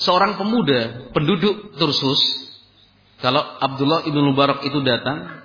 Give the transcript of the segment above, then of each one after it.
seorang pemuda penduduk Tarsus, kalau Abdullah ibn Mubarak itu datang,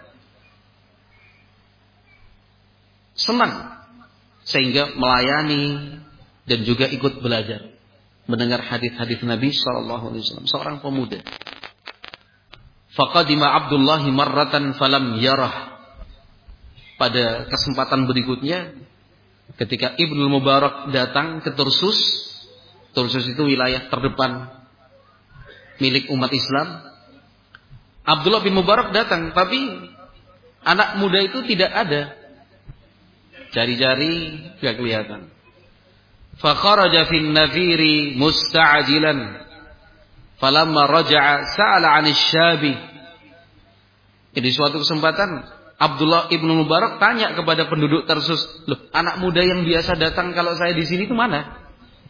senang sehingga melayani dan juga ikut belajar, mendengar hadis-hadis Nabi sallallahu alaihi wasallam. Seorang pemuda. Faqadima Abdullah marratan falam yarah. Pada kesempatan berikutnya, ketika Ibnu Mubarak datang ke Tarsus, Tarsus itu wilayah terdepan milik umat Islam. Abdullah bin Mubarak datang, tapi anak muda itu tidak ada. Cari-cari tidak kelihatan. Fa kharaja fin nafiri musta'jilan. Falamma raja'a sa'ala 'anil syabi. Jadi suatu kesempatan Abdullah ibnu Mubarak tanya kepada penduduk Tarsus, "Loh, anak muda yang biasa datang kalau saya di sini itu mana?"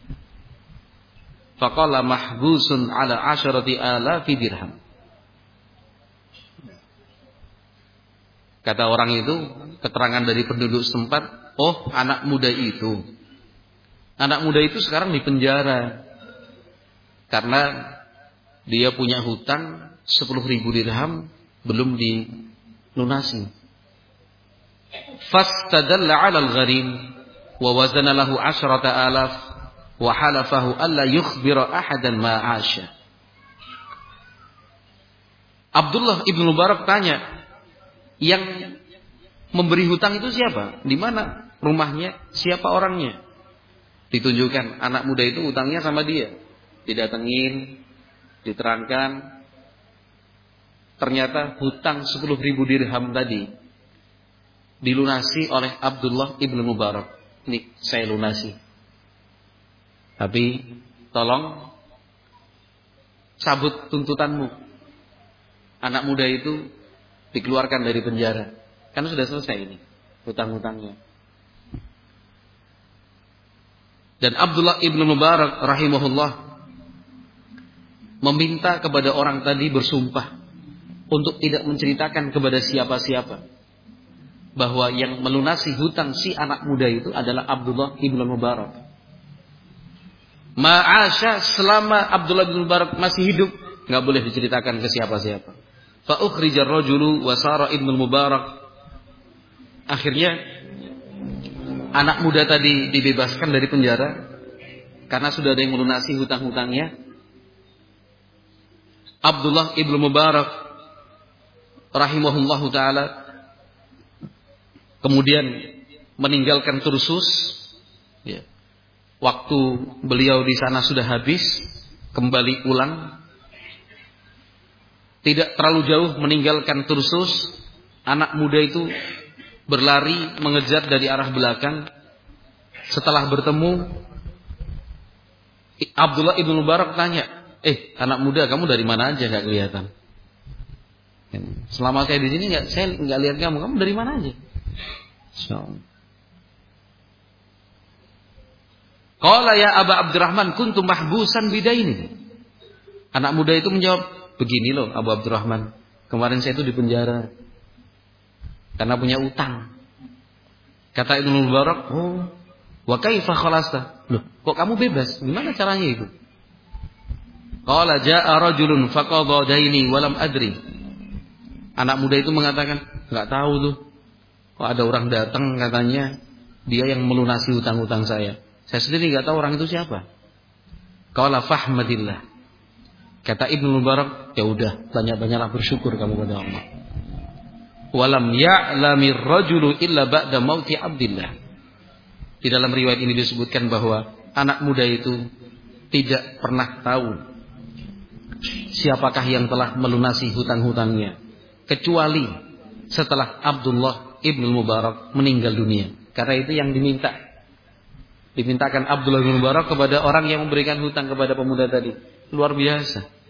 Faqala mahbusun 'ala 10,000 dirham. Kata orang itu, keterangan dari penduduk setempat, "Oh, anak muda itu. Anak muda itu sekarang di penjara karena dia punya hutang 10,000 dirham belum dilunasi." Fastadalla 'ala al-gharim wa wazana lahu 10,000 wa halafahu alla yukhbira ahadan ma 'asha. Abdullah ibnu Mubarak tanya, yang memberi hutang itu siapa? Di mana rumahnya? Siapa orangnya? Ditunjukkan anak muda itu hutangnya sama dia. Didatengin, diterangkan, ternyata hutang 10,000 dirham tadi dilunasi oleh Abdullah ibnu Mubarak. Nih, saya lunasi. Tapi tolong cabut tuntutanmu. Anak muda itu dikeluarkan dari penjara. Kan sudah selesai ini hutang-hutangnya. Dan Abdullah ibnu Mubarak rahimahullah meminta kepada orang tadi bersumpah untuk tidak menceritakan kepada siapa-siapa bahwa yang melunasi hutang si anak muda itu adalah Abdullah ibnu Mubarak. Ma'asya, selama Abdullah ibnu Mubarak masih hidup, nggak boleh diceritakan ke siapa-siapa. Fa ukhrijar rajulu wa sara ibnu Mubarak. Akhirnya anak muda tadi dibebaskan dari penjara karena sudah ada yang melunasi hutang-hutangnya. Abdullah ibnu Mubarak rahimahullahu taala kemudian meninggalkan Tarsus. Ya. Waktu beliau di sana sudah habis, kembali pulang. Tidak terlalu jauh meninggalkan Tarsus, anak muda itu berlari mengejar dari arah belakang. Setelah bertemu, Abdullah ibnu Mubarak tanya, anak muda, kamu dari mana aja gak kelihatan? Selama saya di sini saya nggak lihat kamu dari mana aja? Qala ya Aba Abdurrahman kuntu mahbusan bidaini. Anak muda itu menjawab, begini loh Abu Abdurrahman, kemarin saya itu di penjara karena punya utang. Kata Ibnu Mubarak, "Oh, wa kaifa khalasta?" Loh, kok kamu bebas? Gimana caranya itu? Qala jaa rajulun faqadha daini wa lam adri. Anak muda itu mengatakan, enggak tahu tuh. Kok ada orang datang katanya dia yang melunasi hutang-hutang saya. Saya sendiri enggak tahu orang itu siapa. Qala fahmadillah. Kata Ibnu Mubarak, ya udah, banyak-banyaklah bersyukur kamu kepada Allah. Walam ya'lamir rajulu illa ba'da mauti Abdillah. Di dalam riwayat ini disebutkan bahwa anak muda itu tidak pernah tahu siapakah yang telah melunasi hutang-hutangnya kecuali setelah Abdullah ibnu Mubarak meninggal dunia. Karena itu yang dimintakan Abdullah ibnu Mubarak kepada orang yang memberikan hutang kepada pemuda tadi. Luar biasa.